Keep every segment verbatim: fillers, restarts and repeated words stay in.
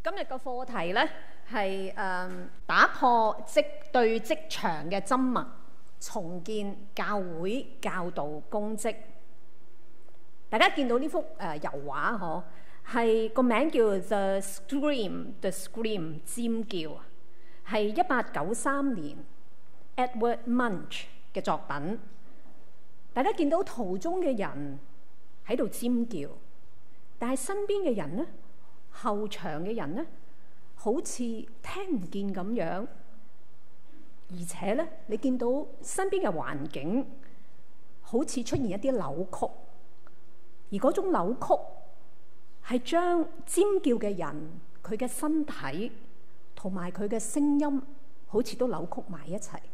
今日個課題呢係誒打破職對職場嘅緘默，重建教會教導公職。大家見到呢幅誒、呃、油畫嗬，係個名叫 The Scream，The Scream 尖叫，係一八九三年 Edward Munch 嘅作品。大家見到圖中嘅人喺度尖叫，但係身邊嘅人呢？後場嘅人呢，好似聽唔見咁樣，而且呢，你見到身邊嘅環境好似出現一啲扭曲，而嗰種扭曲係將尖叫嘅人佢嘅身體同埋佢嘅聲音，好似都扭曲埋一齊。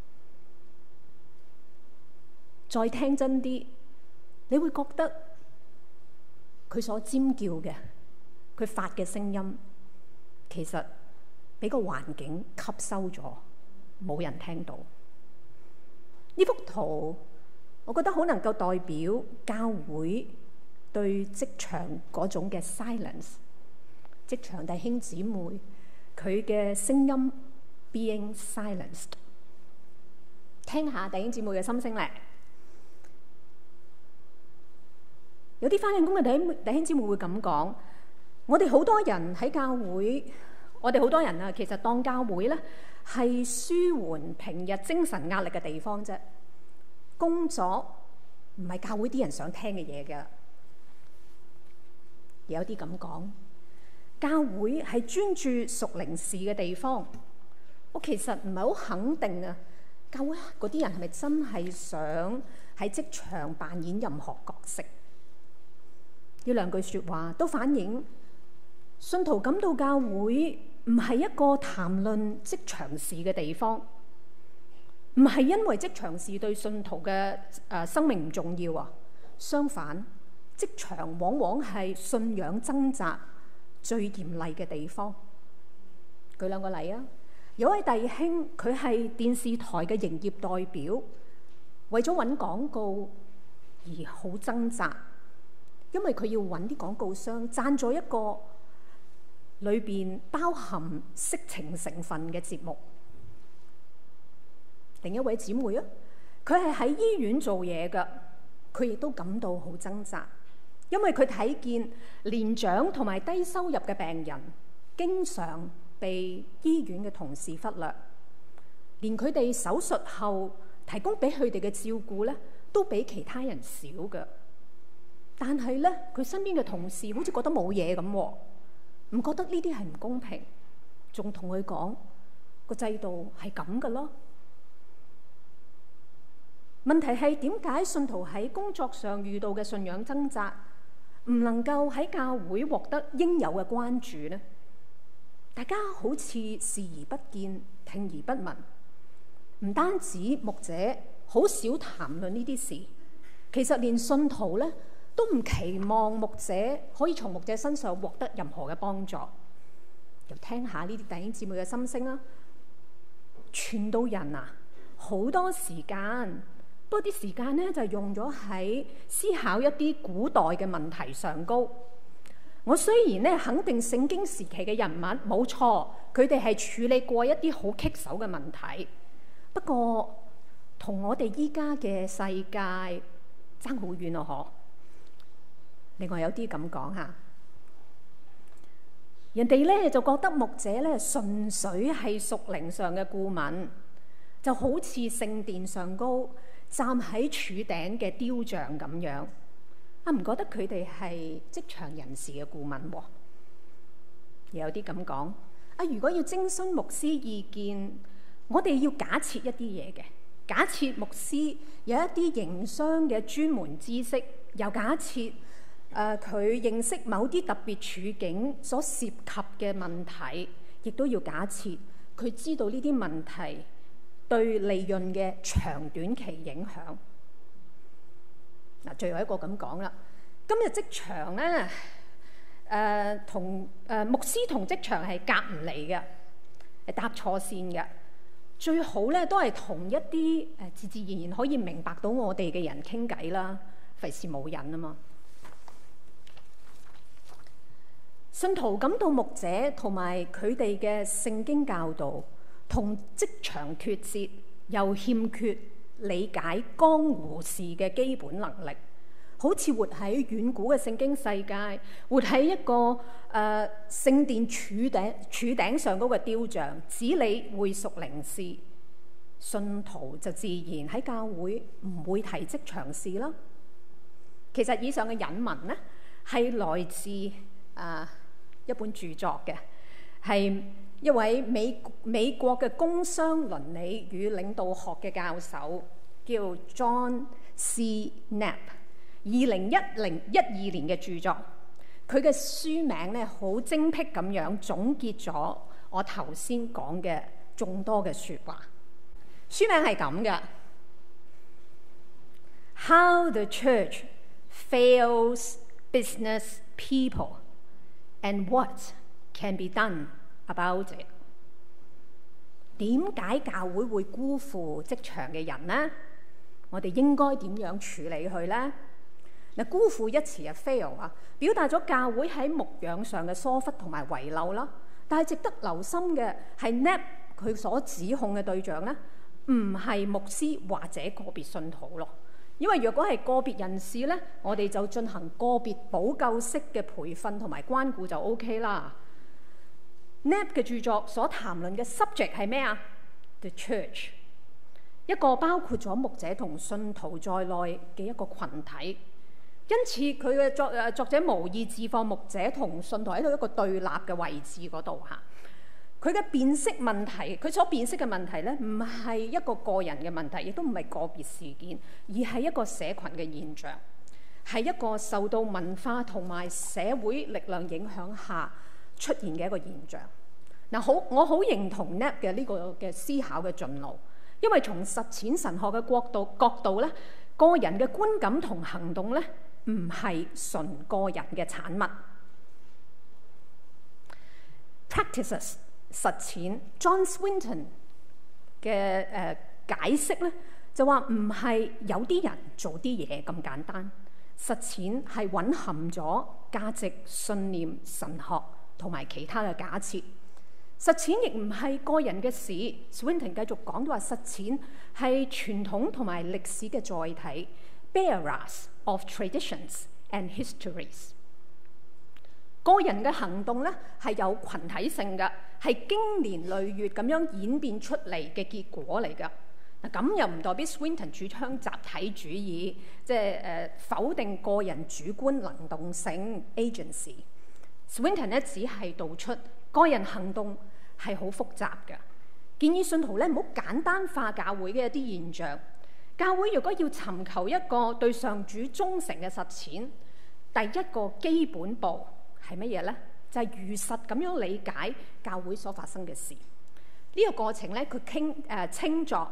再聽真啲，你會覺得佢所尖叫嘅。佢發嘅聲音其實俾個環境吸收咗，冇人聽到。呢幅圖我覺得好能夠代表教會對職場嗰種嘅 silence， 職場弟兄姊妹佢嘅聲音 being silenced。聽下弟兄姊妹嘅心聲咧。有啲返緊工嘅弟兄弟兄姊妹會咁講。我哋好多人喺教會，我哋好多人啊，其實當教會咧係舒緩平日精神壓力嘅地方啫。工作唔係教會啲人想聽嘅嘢㗎。有啲咁講，教會係專注屬靈事嘅地方。我其實唔係好肯定啊，教會嗰啲人係咪真係想喺職場扮演任何角色？呢兩句説話都反映信徒感到教會唔係一個談論職場事嘅地方，唔係因為職場事對信徒嘅誒、呃、生命唔重要啊。相反，職場往往係信仰掙扎最嚴厲嘅地方。舉兩個例啊，有位弟兄佢係電視台嘅營業代表，為咗揾廣告而好掙扎，因為佢要揾啲廣告商贊助一個裏邊包含色情成分嘅節目。另一位姊妹啊，佢係喺醫院做嘢㗎，佢亦都感到好掙扎，因為佢睇見年長同埋低收入嘅病人經常被醫院嘅同事忽略，連佢哋手術後提供俾佢哋嘅照顧咧，都比其他人少㗎。但係咧，佢身邊嘅同事好似覺得冇嘢咁喎。唔覺得呢啲係唔公平，仲同佢講個制度係咁嘅咯。問題係點解信徒喺工作上遇到嘅信仰掙扎，唔能夠喺教會獲得應有嘅關注呢？大家好似視而不見，聽而不聞。唔單止牧者好少談論呢啲事，其實連信徒呢，都唔期望牧者可以從牧者身上獲得任何嘅幫助。又聽下呢啲弟兄姊妹嘅心聲啦。傳道人啊，好多時間，不過啲時間咧就用咗喺思考一啲古代嘅問題上高。我雖然咧肯定聖經時期嘅人物冇錯，佢哋係處理過一啲好棘手嘅問題，不過同我哋依家嘅世界爭好遠咯，嗬。另外有啲咁講下，人哋咧就覺得牧者咧純粹係屬靈上嘅顧問，就好似聖殿上高站喺柱頂嘅雕像咁樣。啊，唔覺得佢哋係職場人士嘅顧問喎？又有啲咁講，啊，如果要徵詢牧師意見，我哋要假設一啲嘢嘅，假設牧師有一啲營商嘅專門知識，又假設。誒佢、呃、認識某啲特別處境所涉及嘅問題，亦都要假設佢知道呢啲問題對利潤嘅長短期影響。嗱，最後一個咁講啦，今日職場咧誒同誒牧師同職場係夾唔嚟嘅，係搭錯線嘅。最好咧都係同一啲誒自自然然可以明白到我哋嘅人傾偈啦，費事冇癮啊嘛。 信徒感到牧者同埋佢哋嘅聖經教導同職場脫節，又欠缺理解江湖事嘅基本能力，好似活喺遠古嘅聖經世界，活喺一個誒、呃、聖殿柱頂柱頂上嗰個雕像，只理會屬靈事。信徒就自然喺教會唔會提職場事啦。其實以上嘅引文呢，係來自啊、呃、一本著作嘅，係一位美美國嘅工商倫理與領導學嘅教授，叫 John C. Knapp， 二零一零一二年嘅著作。佢嘅書名咧好精闢咁樣總結咗我頭先講嘅眾多嘅説話。書名係咁嘅 ：How the Church Fails Business People and What Can Be Done About It。點解教會會辜負職場嘅人呢？我哋應該點樣處理佢呢？嗱，辜負一詞啊 fail 啊，表達咗教會喺牧養上嘅疏忽同埋遺漏啦。但係值得留心嘅係 Knapp 佢所指控嘅對象咧，唔係牧師或者個別信徒咯。因為若果係個別人士咧，我哋就進行個別補救式嘅培訓同埋關顧就 OK 啦。Knapp 嘅著作所談論嘅 subject 係咩啊 ？The Church， 一個包括咗牧者同信徒在內嘅一個群體。因此佢嘅作誒作者無意置放牧者同信徒喺度一個對立嘅位置嗰度嚇。佢嘅辨識問題，佢所辨識嘅問題咧，唔係一個個人嘅問題，亦都唔係個別事件，而係一個社群嘅現象，係一個受到文化同埋社會力量影響下出現嘅一個現象。嗱，好，我好認同 Knapp 嘅呢個嘅思考嘅進路，因為從實踐神學嘅角度角度咧，個人嘅觀感同行動咧，唔係純個人嘅產物。Practices 實踐 John Swinton 嘅誒、呃、解釋咧，就話唔係有啲人做啲嘢咁簡單，實踐係蘊含咗價值、信念、神學同埋其他嘅假設。實踐亦唔係個人嘅事。Swinton 繼續講到話，實踐係傳統同埋歷史嘅載體 ，bearers of traditions and histories。個人嘅行動咧係有群體性嘅，係經年累月咁樣演變出嚟嘅結果嚟㗎。嗱，咁又唔代表 Swinton 主張集體主義，即係誒否定個人主觀能動性 agency。Swinton 咧只係道出個人行動係好複雜嘅，建議信徒咧唔好簡單化教會嘅一啲現象。教會如果要尋求一個對上主忠誠嘅實踐，第一個基本步係乜嘢咧？就係、是、如實咁樣理解教會所發生嘅事。呢、這個過程咧，佢傾誒稱作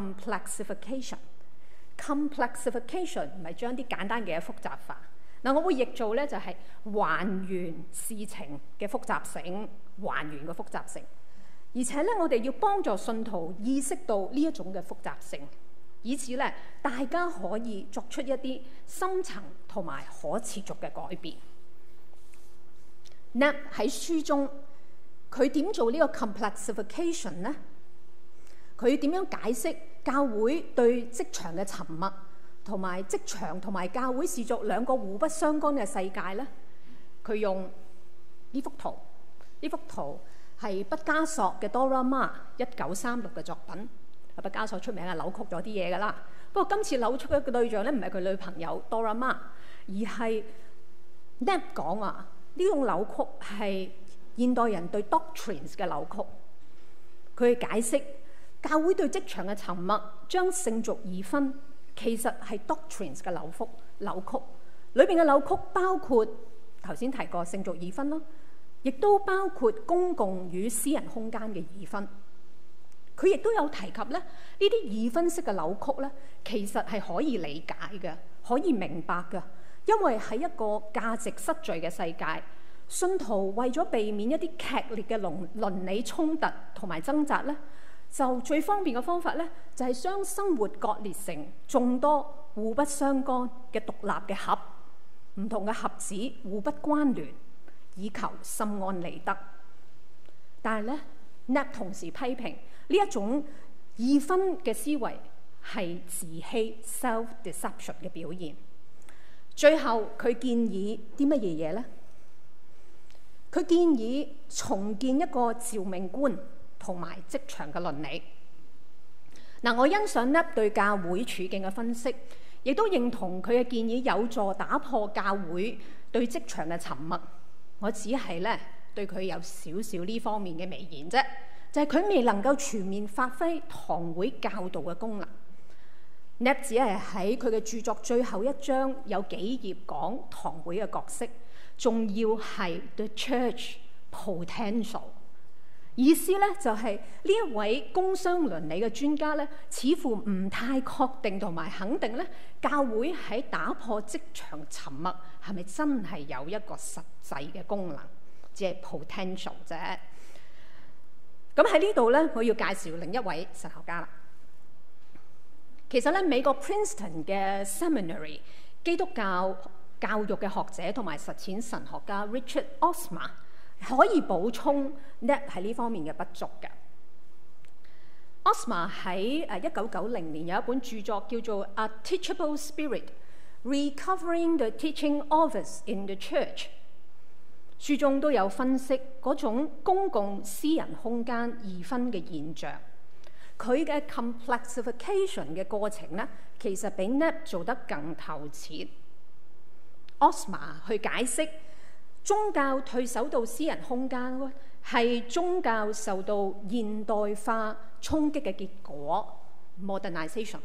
complexification。complexification 唔係將啲簡單嘅嘢複雜化。嗱，我會譯做咧就係還原事情嘅複雜性，還原個複雜性。而且咧，我哋要幫助信徒意識到呢一種嘅複雜性，以此咧大家可以作出一啲深層同埋可持續嘅改變。Knapp 喺書中佢點做呢個 complexification 咧？佢點樣解釋教會對職場嘅沉默，同埋職場同埋教會視作兩個互不相干嘅世界咧？佢用呢幅圖，呢幅圖係畢加索嘅 Dora Maar 一九三六嘅作品。畢加索出名係扭曲咗啲嘢㗎啦。不過今次扭曲嘅對象咧，唔係佢女朋友 Dora Maar， 而係 Knapp 講啊，呢種扭曲係現代人對 doctrines 嘅扭曲。佢解釋教會對職場嘅沉默，將聖俗二分，其實係 doctrines 嘅扭曲。扭曲裏邊嘅扭曲包括頭先提過聖俗二分咯，亦都包括公共與私人空間嘅二分。佢亦都有提及咧，呢啲二分式嘅扭曲咧，其實係可以理解嘅，可以明白嘅，因為喺一個價值失序嘅世界，信徒為咗避免一啲劇烈嘅倫倫理衝突同埋掙扎咧，就最方便嘅方法咧，就係將生活割裂成眾多互不相干嘅獨立嘅盒，唔同嘅盒子互不關聯， 以求心安理得。但係咧 ，Knapp 同時批評呢一種二分嘅思維係自欺 （self-deception） 嘅表現。最後佢建議啲乜嘢嘢咧？佢建議重建一個召命觀同埋職場嘅倫理。嗱，我欣賞 Knapp 對教會處境嘅分析，亦都認同佢嘅建議有助打破教會對職場嘅沉默。我只係咧對佢有少少呢方面嘅微言啫，就係、是、佢未能夠全面發揮堂會教導嘅功能。Knapp 只係喺佢嘅著作最後一章有幾頁講堂會嘅角色，仲要係 the church potential。意思咧就係、是、呢一位工商倫理嘅專家咧，似乎唔太確定同埋肯定咧，教會喺打破職場沉默係咪真係有一個實際嘅功能，只係 potential 啫。咁喺呢度咧，我要介紹另一位神學家啦。其實咧，美國 Princeton 嘅 Seminary 基督教教育嘅學者同埋實踐神學家 Richard Osma 可以補充 Knapp 喺呢方面嘅不足嘅。Osma 喺誒一九九零年有一本著作叫做《A Teachable Spirit: Recovering the Teaching Office in the Church》，書中都有分析嗰種公共私人空間二分嘅現象。佢嘅 complexification 嘅過程咧，其實比 Knapp 做得更透徹。Osma 去解釋宗教退守到私人空間係宗教受到現代化衝擊嘅結果 （modernization）。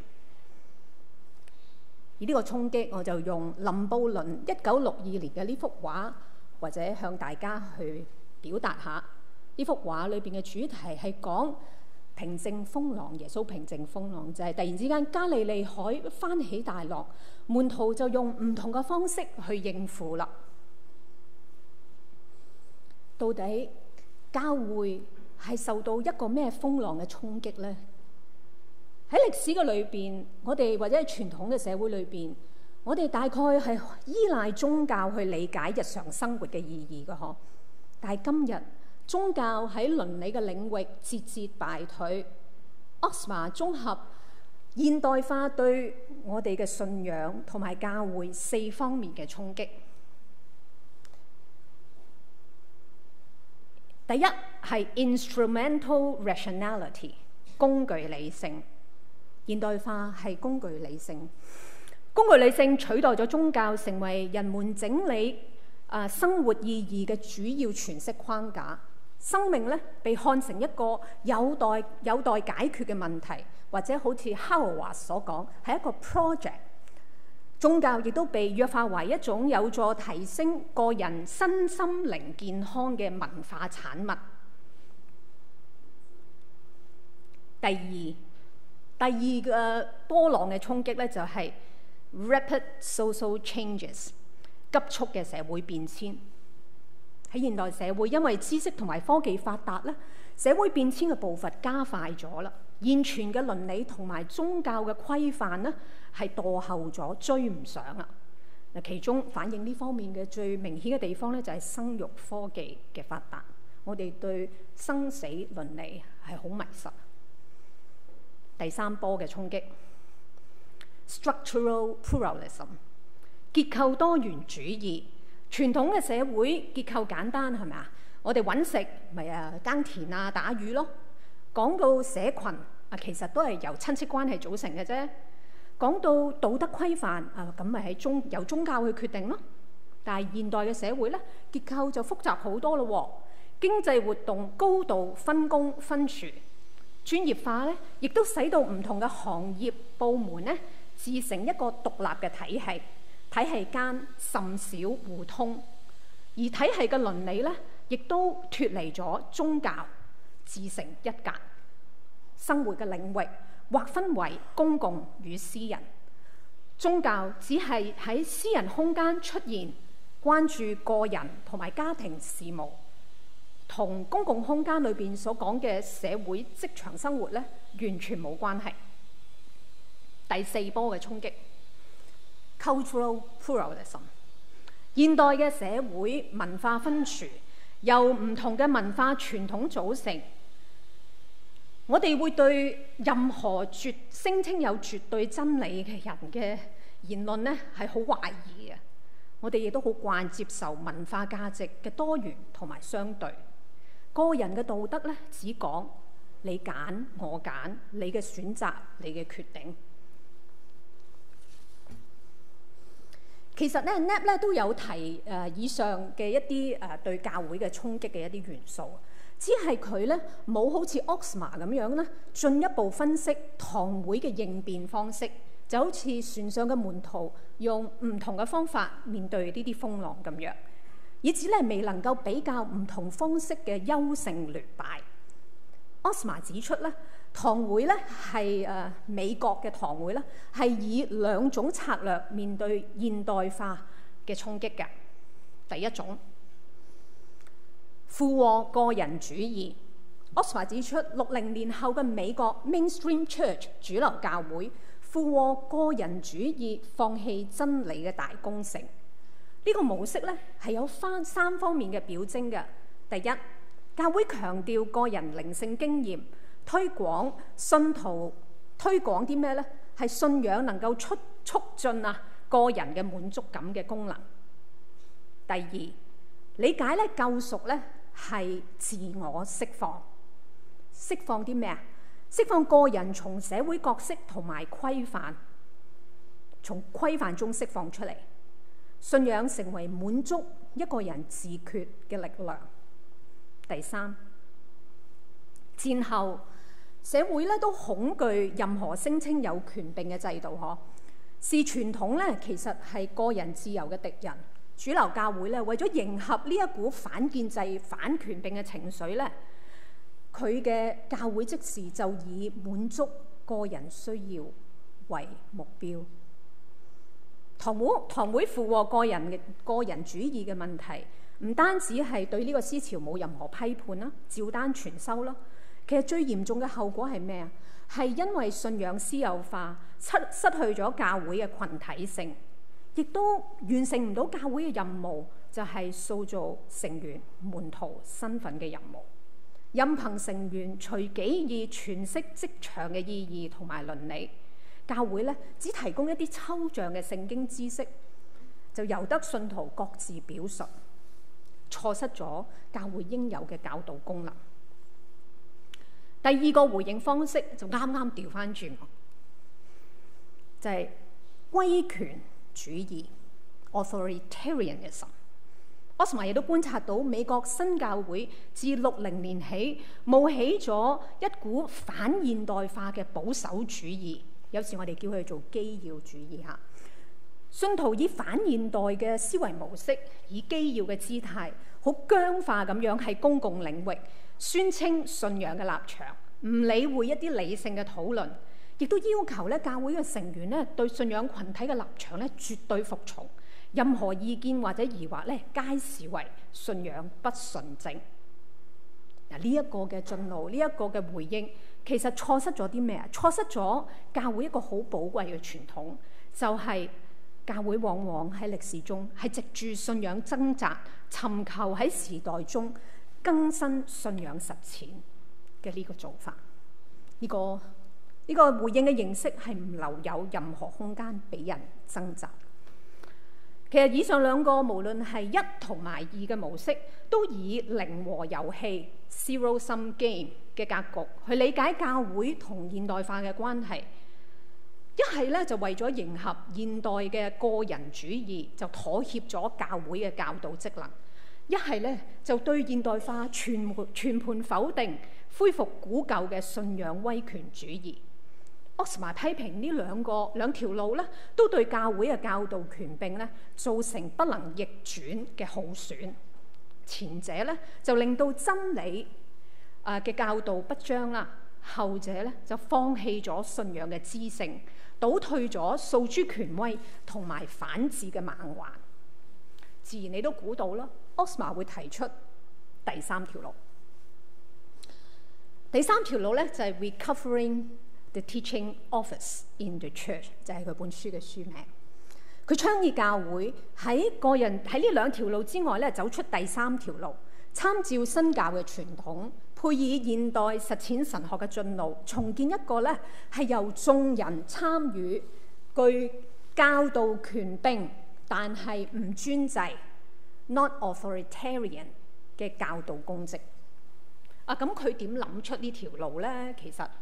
而呢個衝擊，我就用林布倫一九六二年嘅呢幅畫，或者向大家去表達下呢幅畫裏邊嘅主題係講平靜風浪，耶穌平靜風浪就係、是、突然之間加利利海翻起大浪，門徒就用唔同嘅方式去應付啦。到底教會係受到一個咩風浪嘅衝擊呢？喺歷史嘅裏邊，我哋或者係傳統嘅社會裏邊，我哋大概係依賴宗教去理解日常生活嘅意義嘅嗬。但係今日，宗教喺倫理嘅領域節節敗退。Osma 綜合現代化對我哋嘅信仰同埋教會四方面嘅衝擊。第一係 instrumental rationality， 工具理性。現代化係工具理性，工具理性取代咗宗教，成為人們整理啊生活意義嘅主要詮釋框架。生命咧被看成一個有待有待解決嘅問題，或者好似 Hauerwas 所講係一個 project。宗教亦都被弱化為一種有助提升個人身心靈健康嘅文化產物。第二，第二個波浪嘅衝擊咧就係 rapid social changes， 急速嘅社會變遷。喺現代社會，因為知識同埋科技發達咧，社會變遷嘅步伐加快咗啦。現存嘅倫理同埋宗教嘅規範咧，係墮後咗，追唔上啊！嗱，其中反映呢方面嘅最明顯嘅地方咧，就係生育科技嘅發達。我哋對生死倫理係好迷失。第三波嘅衝擊 ，structural pluralism， 結構多元主義。傳統嘅社會結構簡單係咪啊？我哋揾食咪啊耕田啊打魚咯。講到社群啊，其實都係由親戚關係組成嘅啫。講到道德規範啊，咁咪係宗由宗教去決定咯。但係現代嘅社會咧，結構就複雜好多咯。經濟活動高度分工分殊，專業化咧，亦都使到唔同嘅行業部門咧，自成一個獨立嘅體系。體系間甚少互通，而體系嘅倫理咧，亦都脫離咗宗教，自成一格。生活嘅領域劃分為公共與私人，宗教只係喺私人空間出現，關注個人同埋家庭事務，同公共空間裏邊所講嘅社會職場生活咧，完全冇關係。第四波嘅衝擊。Cultural pluralism， 現代嘅社會文化分殊，由唔同嘅文化傳統組成。我哋會對任何絕聲稱有絕對真理嘅人嘅言論呢係好懷疑嘅。我哋亦都好慣接受文化價值嘅多元同埋相對。個人嘅道德呢，只講你揀我揀，你嘅選擇，你嘅決定。其實咧 ，N A P 咧都有提誒、呃、以上嘅一啲誒、呃、對教會嘅衝擊嘅一啲元素，只係佢咧冇好似 Oxma 咁樣咧進一步分析堂會嘅應變方式，就好似船上嘅門徒用唔同嘅方法面對呢啲風浪咁樣，以至咧未能夠比較唔同方式嘅優勝劣敗。Oxma 指出咧，堂會咧係誒美國嘅堂會咧，係以兩種策略面對現代化嘅衝擊嘅。第一種，附和個人主義。Oxma 指出，六零年後嘅美國 Mainstream Church 主流教會附和個人主義，放棄真理嘅大工程。呢、這個模式咧係有翻三方面嘅表徵嘅。第一，教會強調個人靈性經驗，推廣信徒推廣啲咩呢？係信仰能夠促促進啊個人嘅滿足感嘅功能。第二，理解咧救贖咧係自我釋放，釋放啲咩啊？釋放個人從社會角色同埋規範，從規範中釋放出嚟，信仰成為滿足一個人自決嘅力量。第三，戰後社會咧都恐懼任何聲稱有權柄嘅制度，嗬，視傳統咧其實係個人自由嘅敵人。主流教會咧為咗迎合呢一股反建制、反權柄嘅情緒咧，佢嘅教會即時就以滿足個人需要為目標。堂會堂會附和個人嘅個人主義嘅問題，唔單止係對呢個思潮冇任何批判啦，照單全收啦。其實最嚴重嘅後果係咩啊？係因為信仰私有化，失失去咗教會嘅群體性，亦都完成唔到教會嘅任務，就係塑造成員門徒身份嘅任務。任憑成員隨己意詮釋職場嘅意義同埋倫理，教會咧只提供一啲抽象嘅聖經知識，就由得信徒各自表述，錯失咗教會應有嘅教導功能。第二個回應方式就啱啱調翻轉，就係、是、威權主義 （authoritarianism）。Oxma 亦都觀察到美國新教會自六零年起冒起咗一股反現代化嘅保守主義，有時我哋叫佢做基要主義嚇。信徒以反現代嘅思維模式，以基要嘅姿態，好僵化咁樣喺公共領域宣稱信仰嘅立場，唔理會一啲理性嘅討論，亦都要求咧教會嘅成員咧對信仰群體嘅立場咧絕對服從，任何意見或者疑惑咧皆視為信仰不純正。嗱，呢一個嘅進路，呢、這、一個嘅回應，其實錯失咗啲咩啊？錯失咗教會一個好寶貴嘅傳統，就係、是。教會往往喺歷史中係藉住信仰掙扎，尋求喺時代中更新信仰實踐嘅呢個做法。呢、這個呢、這個回應嘅形式係唔留有任何空間俾人掙扎。其實以上兩個無論係一同埋二嘅模式，都以零和遊戲 （zero sum game） 嘅格局去理解教會同現代化嘅關係。一係咧就為咗迎合現代嘅個人主義，就妥協咗教會嘅教導職能；一係咧就對現代化全全盤否定，恢復古舊嘅信仰威權主義。Oxma 批評呢兩個兩條路咧，都對教會嘅教導權柄咧造成不能逆轉嘅耗損。前者咧就令到真理啊嘅教導不彰啦，後者咧就放棄咗信仰嘅知性，倒退咗訴諸權威同埋反智嘅盲環。自然你都估到啦 ，Oxma 會提出第三條路。第三條路咧就係 Recovering the Teaching Office in the Church， 就係佢本書嘅書名。 佢倡議教會喺個人喺呢兩條路之外咧，走出第三條路，參照新教嘅傳統，配以現代實踐神學嘅進路，重建一個咧係由眾人參與、具教導權柄但係唔專制 （not authoritarian） 嘅教導公職。啊，咁佢點諗出呢條路咧？其實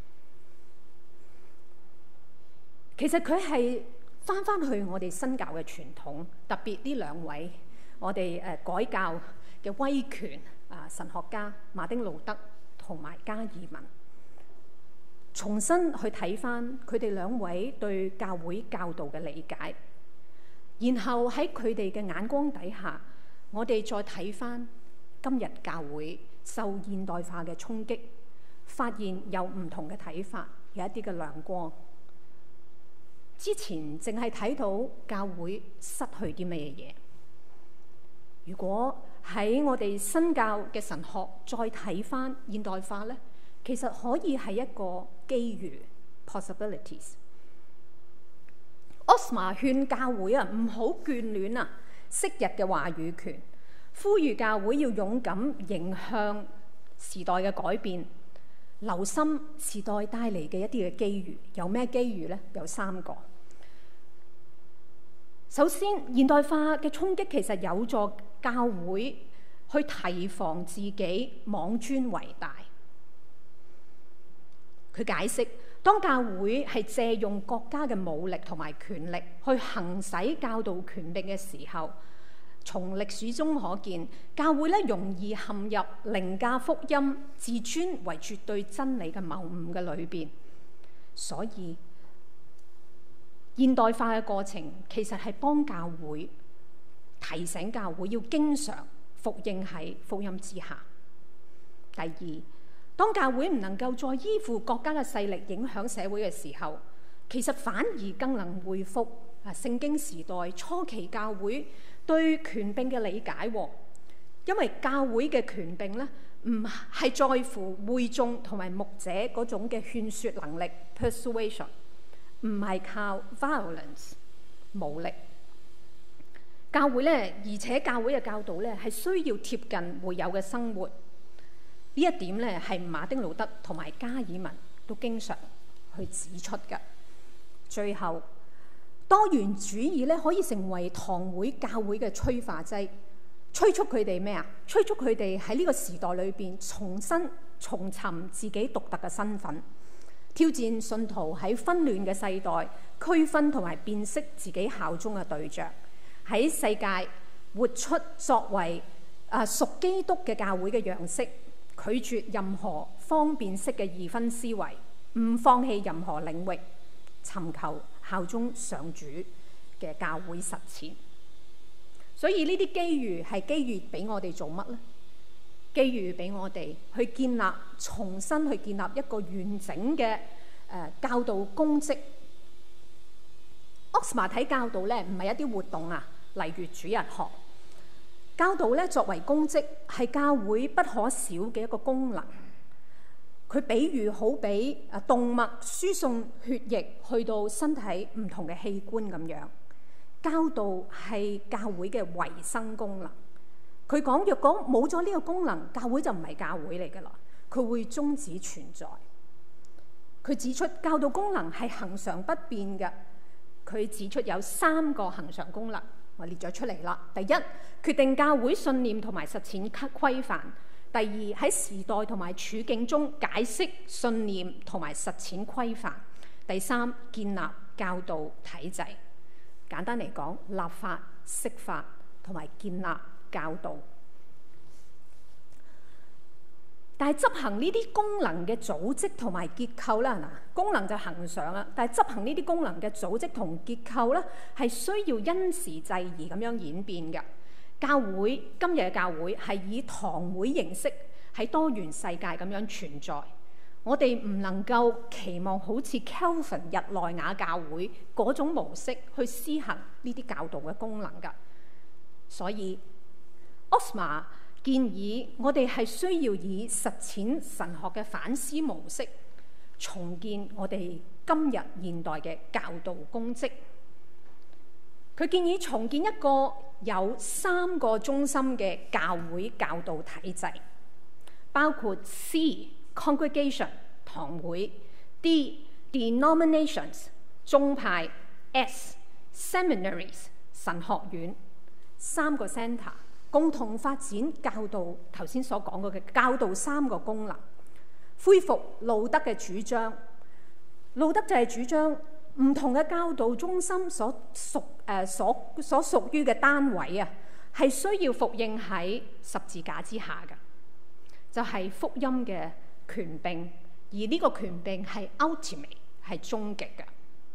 其實佢係翻翻去我哋新教嘅傳統，特別呢兩位我哋誒改教嘅威權啊神學家馬丁路德同埋加爾文，重新去睇翻佢哋兩位對教會教導嘅理解，然後喺佢哋嘅眼光底下，我哋再睇翻今日教會受現代化嘅衝擊，發現有唔同嘅睇法，有一啲嘅亮光。之前淨係睇到教會失去啲乜嘢嘢，如果喺我哋新教嘅神學再睇翻現代化咧，其實可以係一個機遇 possibilities。Osma 勸教會啊唔好眷戀啊昔日嘅話語權，呼籲教會要勇敢迎向時代嘅改變，留心時代帶嚟嘅一啲嘅機遇。有咩機遇呢？有三個。首先，現代化嘅衝擊其實有助教會去提防自己妄尊為大。佢解釋，當教會係借用國家嘅武力同埋權力去行使教導權柄嘅時候，從歷史中可見，教會咧容易陷入凌駕福音、自尊為絕對真理嘅謬誤嘅裏邊。所以現代化嘅過程其實係幫教會提醒教會要經常服膺喺福音之下。第二，當教會唔能夠再依附國家嘅勢力影響社會嘅時候，其實反而更能恢復啊聖經時代初期教會對權柄嘅理解。因為教會嘅權柄咧，唔係在乎會眾同埋牧者嗰種嘅勸說能力 persuasion， 唔係靠 violence 武力。教會咧，而且教會嘅教導咧係需要貼近會友嘅生活。呢一點咧係馬丁路德同埋加爾文都經常去指出嘅。最後，多元主義咧可以成為堂會教會嘅催化劑，催促佢哋咩啊？催促佢哋喺呢個時代裏邊重新重尋自己獨特嘅身份，挑戰信徒喺紛亂嘅世代區分同埋辨識自己效忠嘅對象，喺世界活出作為啊屬基督嘅教會嘅樣式，拒絕任何方便式嘅二分思維，唔放棄任何領域，尋求效忠上主嘅教會實踐。所以呢啲機遇係機遇俾我哋做乜呢？機遇俾我哋去建立、重新去建立一個完整嘅誒、呃、教導公職。Osma 睇教導咧，唔係一啲活動啊，例如主日學。教導咧作為公職，係教會不可少嘅一個功能。佢比喻好比啊動脈輸送血液去到身體唔同嘅器官咁樣。教導係教會嘅維生功能。佢講，若果冇咗呢個功能，教會就唔係教會嚟㗎啦，佢會終止存在。佢指出教導功能係恆常不變嘅。佢指出有三個恆常功能，我列咗出嚟啦。第一，決定教會信念同埋實踐規範；第二，喺時代同埋處境中解釋信念同埋實踐規範；第三，建立教導體制。簡單嚟講，立法、釋法同埋建立教導。但係執行呢啲功能嘅組織同埋結構啦，嗱，功能就恆常啦。但係執行呢啲功能嘅組織同結構咧，係需要因時制宜咁樣演變嘅。教會今日嘅教會係以堂會形式喺多元世界咁樣存在。我哋唔能夠期望好似 Calvin 日內瓦教會嗰種模式去施行呢啲教導嘅功能㗎。所以 Osma 建議我哋係需要以實踐神學嘅反思模式，重建我哋今日現代嘅教導公職。 佢建議重建一個有三個中心嘅教會教導體制，包括 C congregation 堂會、D denominations 宗派、S seminaries 神學院，三個 centre 共同發展教導頭先所講過嘅教導三個功能，恢復路德嘅主張。路德就係主張唔同嘅教導中心所屬誒、呃、所所屬於嘅單位啊，係需要服膺喺十字架之下嘅，就係、是、福音嘅權柄，而呢個權柄係 ultimate 係終極嘅。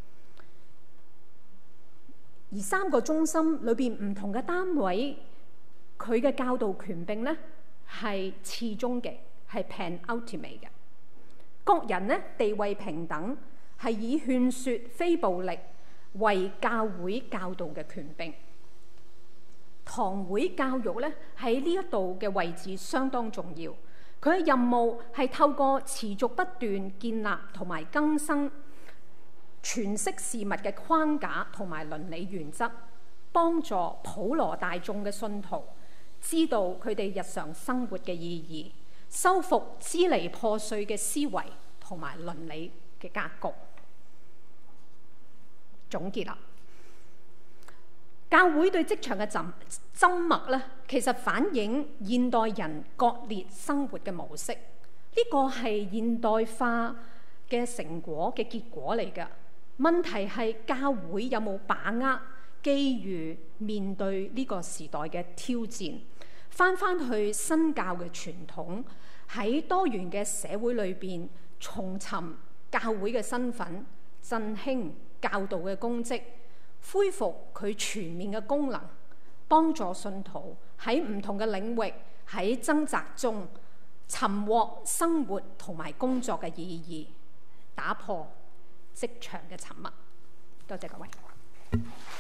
而三個中心裏邊唔同嘅單位，佢嘅教導權柄咧係次終極，係 penultimate 嘅。各人咧地位平等，係以勸說非暴力為教會教導嘅權柄。堂會教育咧喺呢一度嘅位置相當重要，佢嘅任務係透過持續不斷建立同埋更新詮釋事物嘅框架同埋倫理原則，幫助普羅大眾嘅信徒知道佢哋日常生活嘅意義，修復支離破碎嘅思維同埋倫理嘅格局。總結啦，教會對職場嘅針針默咧，其實反映現代人割裂生活嘅模式。呢個係現代化嘅成果嘅結果嚟㗎。問題係教會有冇把握機遇面對呢個時代嘅挑戰，返返去新教嘅傳統，喺多元嘅社會裏邊重尋教會嘅身份，振興教導嘅功績，恢復佢全面嘅功能，幫助信徒喺唔同嘅領域喺掙扎中尋獲生活同埋工作嘅意義，打破職場嘅沉默。多謝各位。